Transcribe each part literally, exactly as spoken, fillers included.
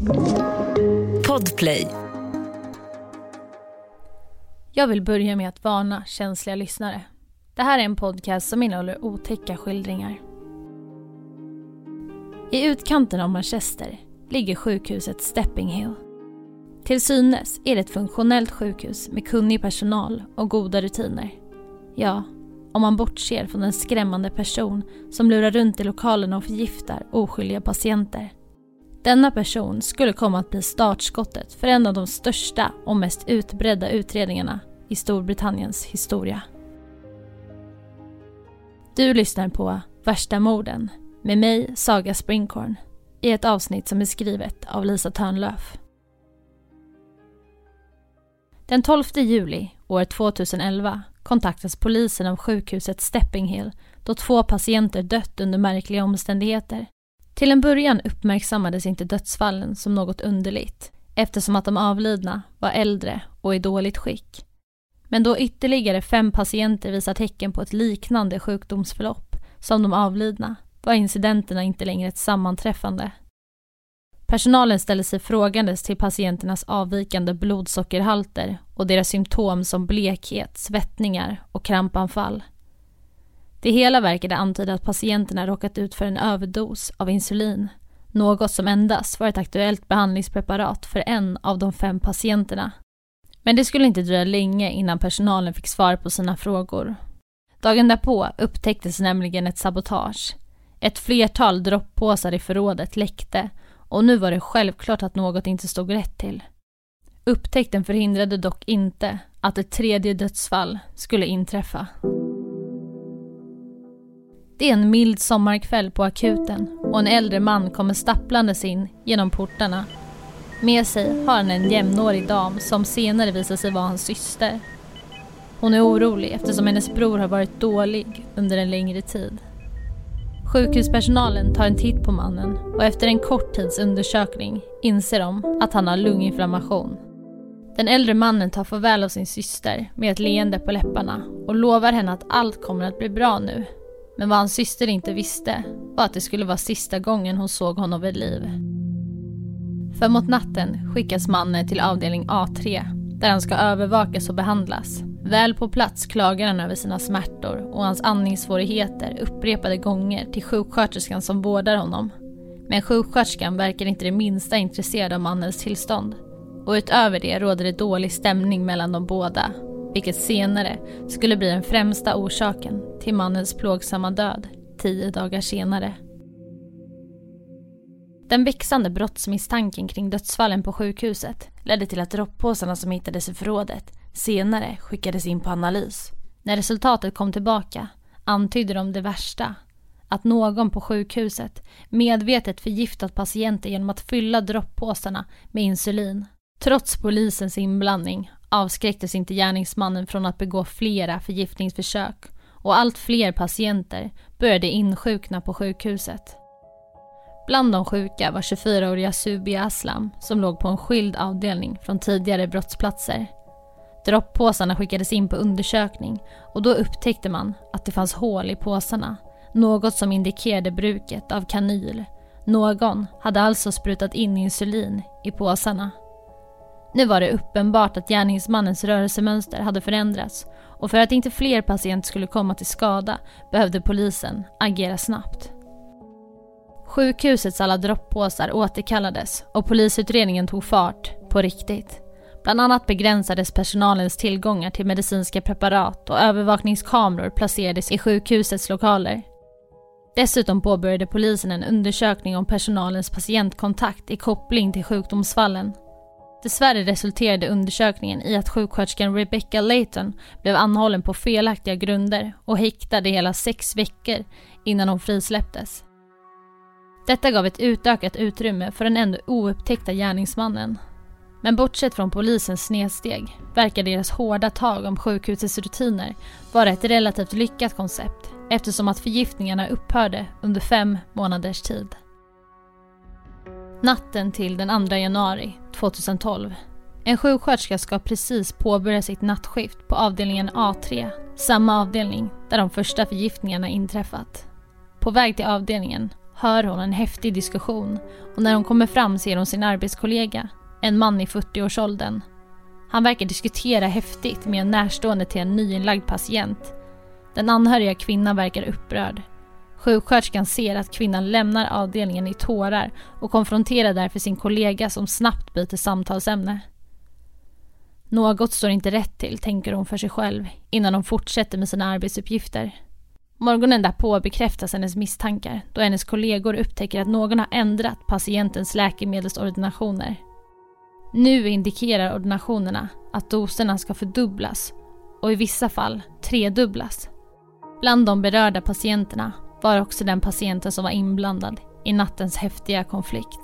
Podplay. Jag vill börja med att varna känsliga lyssnare. Det här är en podcast som innehåller otäcka skildringar. I utkanten av Manchester ligger sjukhuset Stepping Hill. Till synes är det ett funktionellt sjukhus med kunnig personal och goda rutiner. Ja, om man bortser från en skrämmande person som lurar runt i lokalen och förgiftar oskyldiga patienter. Denna person skulle komma att bli startskottet för en av de största och mest utbredda utredningarna i Storbritanniens historia. Du lyssnar på Värsta morden med mig, Saga Springhorn, i ett avsnitt som är skrivet av Lisa Törnlöf. Den tolfte juli år tjugoelva kontaktas polisen av sjukhuset Stepping Hill då två patienter dött under märkliga omständigheter. Till en början uppmärksammades inte dödsfallen som något underligt eftersom att de avlidna var äldre och i dåligt skick. Men då ytterligare fem patienter visar tecken på ett liknande sjukdomsförlopp som de avlidna var incidenterna inte längre ett sammanträffande. Personalen ställer sig frågandes till patienternas avvikande blodsockerhalter och deras symptom som blekhet, svettningar och krampanfall. Det hela verkade antyda att patienterna råkat ut för en överdos av insulin, något som endast var ett aktuellt behandlingspreparat för en av de fem patienterna. Men det skulle inte dröja länge innan personalen fick svar på sina frågor. Dagen därpå upptäcktes nämligen ett sabotage. Ett flertal droppåsar i förrådet läckte och nu var det självklart att något inte stod rätt till. Upptäckten förhindrade dock inte att ett tredje dödsfall skulle inträffa. Det är en mild sommarkväll på akuten och en äldre man kommer stapplandes in genom portarna. Med sig har han en jämnårig dam som senare visar sig vara hans syster. Hon är orolig eftersom hennes bror har varit dålig under en längre tid. Sjukhuspersonalen tar en titt på mannen och efter en kort tids undersökning inser de att han har lunginflammation. Den äldre mannen tar farväl av sin syster med ett leende på läpparna och lovar henne att allt kommer att bli bra nu. Men vad hans syster inte visste var att det skulle vara sista gången hon såg honom vid liv. För mot natten skickas mannen till avdelning A tre där han ska övervakas och behandlas. Väl på plats klagar han över sina smärtor och hans andningssvårigheter upprepade gånger till sjuksköterskan som vårdar honom. Men sjuksköterskan verkar inte det minsta intresserad av mannens tillstånd. Och utöver det råder det dålig stämning mellan de båda, vilket senare skulle bli den främsta orsaken till mannens plågsamma död tio dagar senare. Den växande brottsmisstanken kring dödsfallen på sjukhuset ledde till att droppåsarna som hittades i förrådet senare skickades in på analys. När resultatet kom tillbaka antydde de det värsta, att någon på sjukhuset medvetet förgiftat patienter genom att fylla droppåsarna med insulin. Trots polisens inblandning avskräcktes inte gärningsmannen från att begå flera förgiftningsförsök och allt fler patienter började insjukna på sjukhuset. Bland de sjuka var tjugofyraåriga Subi Aslam som låg på en skild avdelning från tidigare brottsplatser. Droppåsarna skickades in på undersökning och då upptäckte man att det fanns hål i påsarna, något som indikerade bruket av kanyl. Någon hade alltså sprutat in insulin i påsarna. Nu var det uppenbart att gärningsmannens rörelsemönster hade förändrats och för att inte fler patienter skulle komma till skada behövde polisen agera snabbt. Sjukhusets alla droppåsar återkallades och polisutredningen tog fart på riktigt. Bland annat begränsades personalens tillgångar till medicinska preparat och övervakningskameror placerades i sjukhusets lokaler. Dessutom påbörjade polisen en undersökning om personalens patientkontakt i koppling till sjukdomsfallen. Dessvärre resulterade undersökningen i att sjuksköterskan Rebecca Layton blev anhållen på felaktiga grunder och häktade hela sex veckor innan hon frisläpptes. Detta gav ett utökat utrymme för den ändå oupptäckta gärningsmannen. Men bortsett från polisens snedsteg verkar deras hårda tag om sjukhusets rutiner vara ett relativt lyckat koncept eftersom att förgiftningarna upphörde under fem månaders tid. Natten till den andra januari tjugotolv. En sjuksköterska ska precis påbörja sitt nattskift på avdelningen A tre, samma avdelning där de första förgiftningarna inträffat. På väg till avdelningen hör hon en häftig diskussion och när hon kommer fram ser hon sin arbetskollega, en man i fyrtioårsåldern. Han verkar diskutera häftigt med en närstående till en nyinlagd patient. Den anhöriga kvinnan verkar upprörd. Sjuksköterskan ser att kvinnan lämnar avdelningen i tårar och konfronterar därför sin kollega som snabbt byter samtalsämne. Något står inte rätt till, tänker hon för sig själv innan hon fortsätter med sina arbetsuppgifter. Morgonen därpå bekräftas hennes misstankar då hennes kollegor upptäcker att någon har ändrat patientens läkemedelsordinationer. Nu indikerar ordinationerna att doserna ska fördubblas och i vissa fall tredubblas. Bland de berörda patienterna var också den patienten som var inblandad i nattens häftiga konflikt.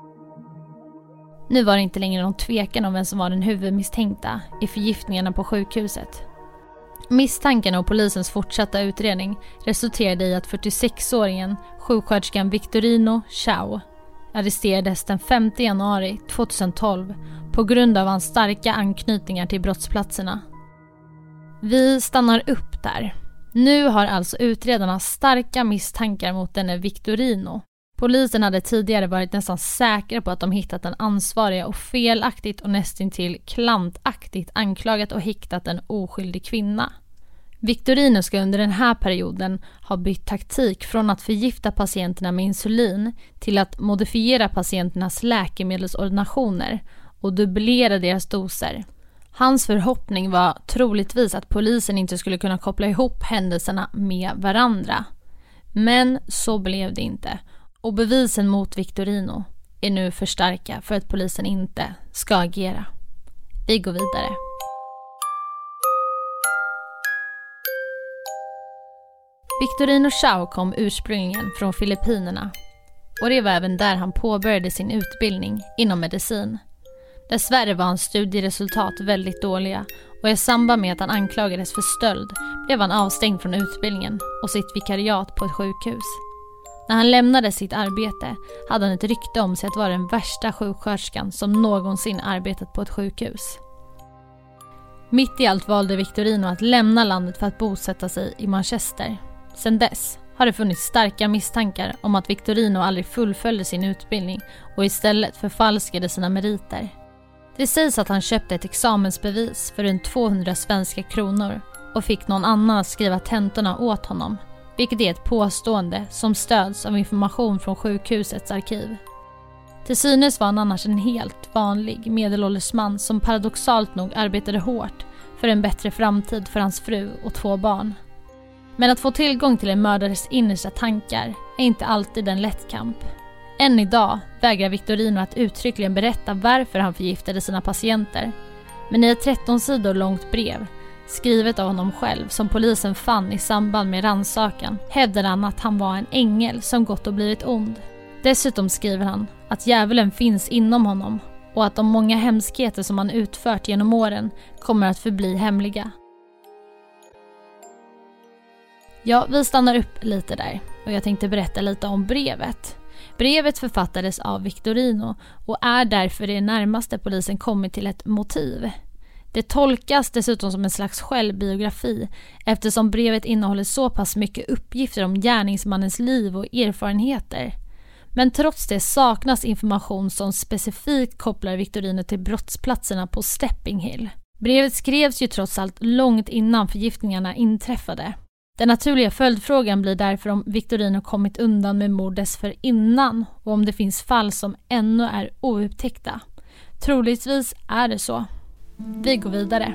Nu var det inte längre någon tvekan om vem som var den huvudmisstänkta i förgiftningarna på sjukhuset. Misstanken och polisens fortsatta utredning resulterade i att fyrtiosexåringen sjuksköterskan Victorino Chao arresterades den femte januari tjugohundratolv på grund av hans starka anknytningar till brottsplatserna. Vi stannar upp där. Nu har alltså utredarna starka misstankar mot denne Victorino. Polisen hade tidigare varit nästan säkra på att de hittat den ansvariga och felaktigt och nästintill klantaktigt anklagat och häktat en oskyldig kvinna. Victorino ska under den här perioden ha bytt taktik från att förgifta patienterna med insulin till att modifiera patienternas läkemedelsordinationer och dubblera deras doser. Hans förhoppning var troligtvis att polisen inte skulle kunna koppla ihop händelserna med varandra. Men så blev det inte. Och bevisen mot Victorino är nu för starka för att polisen inte ska agera. Vi går vidare. Victorino Chao kom ursprungligen från Filippinerna och det var även där han påbörjade sin utbildning inom medicin. Dessvärre var hans studieresultat väldigt dåliga och i samband med att han anklagades för stöld blev han avstängd från utbildningen och sitt vikariat på ett sjukhus. När han lämnade sitt arbete hade han ett rykte om sig att vara den värsta sjuksköterskan som någonsin arbetat på ett sjukhus. Mitt i allt valde Victorino att lämna landet för att bosätta sig i Manchester. Sedan dess har det funnits starka misstankar om att Victorino aldrig fullföljde sin utbildning och istället förfalskade sina meriter. Det sägs att han köpte ett examensbevis för runt tvåhundra svenska kronor och fick någon annan att skriva tentorna åt honom, vilket är ett påstående som stöds av information från sjukhusets arkiv. Till synes var han annars en helt vanlig medelålders man som paradoxalt nog arbetade hårt för en bättre framtid för hans fru och två barn. Men att få tillgång till en mördares innersta tankar är inte alltid en lätt kamp. Än idag vägrar Victorino att uttryckligen berätta varför han förgiftade sina patienter. Men i ett tretton sidor långt brev, skrivet av honom själv som polisen fann i samband med rannsakan, hävdade han att han var en ängel som gått och blivit ond. Dessutom skriver han att djävulen finns inom honom och att de många hemskheter som han utfört genom åren kommer att förbli hemliga. Ja, vi stannar upp lite där och jag tänkte berätta lite om brevet. Brevet författades av Victorino och är därför det närmaste polisen kommit till ett motiv. Det tolkas dessutom som en slags självbiografi eftersom brevet innehåller så pass mycket uppgifter om gärningsmannens liv och erfarenheter. Men trots det saknas information som specifikt kopplar Victorino till brottsplatserna på Stepping Hill. Brevet skrevs ju trots allt långt innan förgiftningarna inträffade. Den naturliga följdfrågan blir därför om Victorino kommit undan med mord dessförinnan och om det finns fall som ännu är oupptäckta. Troligtvis är det så. Vi går vidare.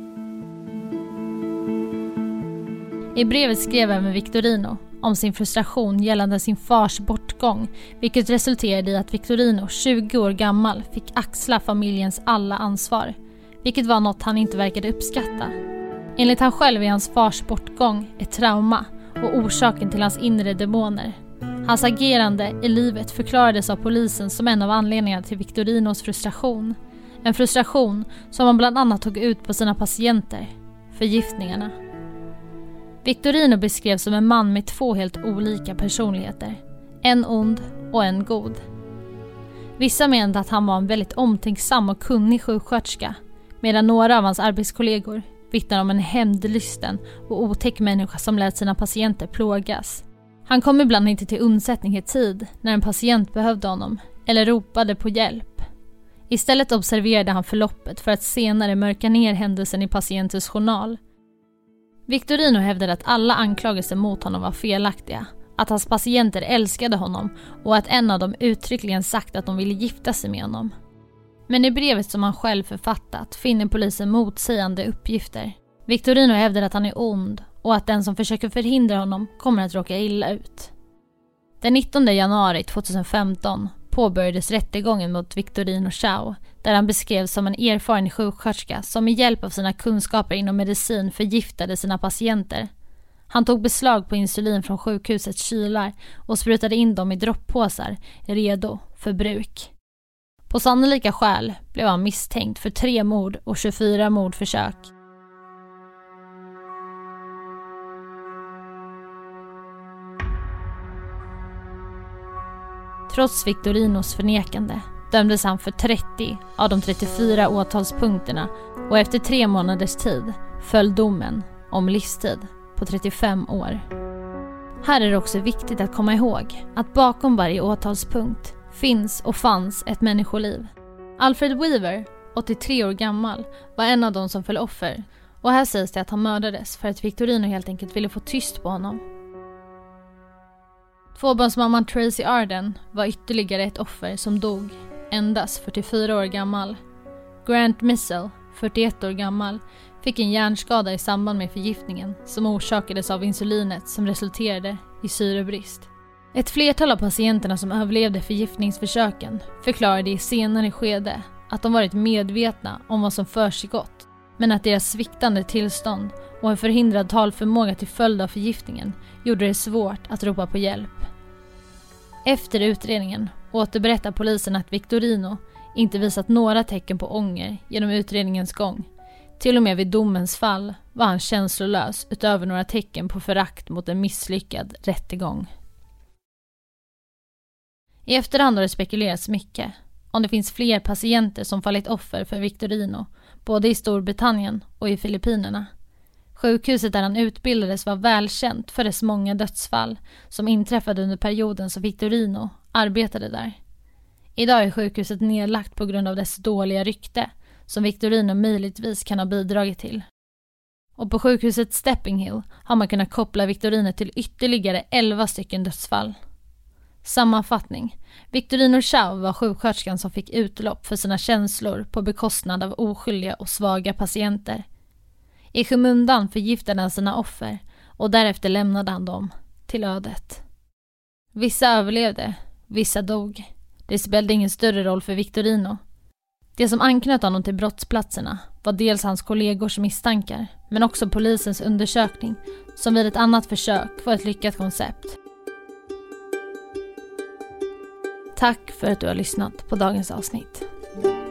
I brevet skrev även Victorino om sin frustration gällande sin fars bortgång, vilket resulterade i att Victorino, tjugo år gammal, fick axla familjens alla ansvar, vilket var något han inte verkade uppskatta. Enligt han själv är hans fars bortgång ett trauma och orsaken till hans inre demoner. Hans agerande i livet förklarades av polisen som en av anledningarna till Victorinos frustration. En frustration som han bland annat tog ut på sina patienter, förgiftningarna. Victorino beskrevs som en man med två helt olika personligheter, en ond och en god. Vissa menade att han var en väldigt omtänksam och kunnig sjuksköterska, medan några av hans arbetskollegor vittnar om en hämndlysten och otäck människa som lät sina patienter plågas. Han kom ibland inte till undsättning i tid när en patient behövde honom eller ropade på hjälp. Istället observerade han förloppet för att senare mörka ner händelsen i patientens journal. Victorino hävdade att alla anklagelser mot honom var felaktiga, att hans patienter älskade honom och att en av dem uttryckligen sagt att de ville gifta sig med honom. Men i brevet som han själv författat finner polisen motsägande uppgifter. Victorino hävdar att han är ond och att den som försöker förhindra honom kommer att råka illa ut. Den nittonde januari tjugohundrafemton påbörjades rättegången mot Victorino Chao, där han beskrevs som en erfaren sjuksköterska som med hjälp av sina kunskaper inom medicin förgiftade sina patienter. Han tog beslag på insulin från sjukhusets kylar och sprutade in dem i droppåsar, redo för bruk. På sannolika skäl blev han misstänkt för tre mord och tjugofyra mordförsök. Trots Victorinos förnekande dömdes han för trettio av de trettiofyra åtalspunkterna och efter tre månaders tid föll domen om livstid på trettiofem år. Här är det också viktigt att komma ihåg att bakom varje åtalspunkt finns och fanns ett människoliv. Alfred Weaver, åttiotre år gammal, var en av de som föll offer och här sägs det att han mördades för att Victorino helt enkelt ville få tyst på honom. Tvåbarnsmamman Tracy Arden var ytterligare ett offer som dog, endast fyrtiofyra år gammal. Grant Missel, fyrtioett år gammal, fick en hjärnskada i samband med förgiftningen som orsakades av insulinet som resulterade i syrebrist. Ett flertal av patienterna som överlevde förgiftningsförsöken förklarade i senare skede att de varit medvetna om vad som försiggått, men att deras sviktande tillstånd och en förhindrad talförmåga till följd av förgiftningen gjorde det svårt att ropa på hjälp. Efter utredningen återberättar polisen att Victorino inte visat några tecken på ånger genom utredningens gång. Till och med vid domens fall var han känslolös utöver några tecken på förakt mot en misslyckad rättegång. I efterhand har det spekulerats mycket om det finns fler patienter som fallit offer för Victorino, både i Storbritannien och i Filippinerna. Sjukhuset där han utbildades var välkänt för dess många dödsfall som inträffade under perioden som Victorino arbetade där. Idag är sjukhuset nedlagt på grund av dess dåliga rykte som Victorino möjligtvis kan ha bidragit till. Och på sjukhuset Stepping Hill har man kunnat koppla Victorino till ytterligare elva stycken dödsfall. Sammanfattning. Victorino Chao var sjuksköterskan som fick utlopp för sina känslor på bekostnad av oskyldiga och svaga patienter. I skymundan förgiftade han sina offer och därefter lämnade han dem till ödet. Vissa överlevde, vissa dog. Det spelade ingen större roll för Victorino. Det som anknöt honom till brottsplatserna var dels hans kollegors misstankar, men också polisens undersökning som vid ett annat försök var ett lyckat koncept. Tack för att du har lyssnat på dagens avsnitt.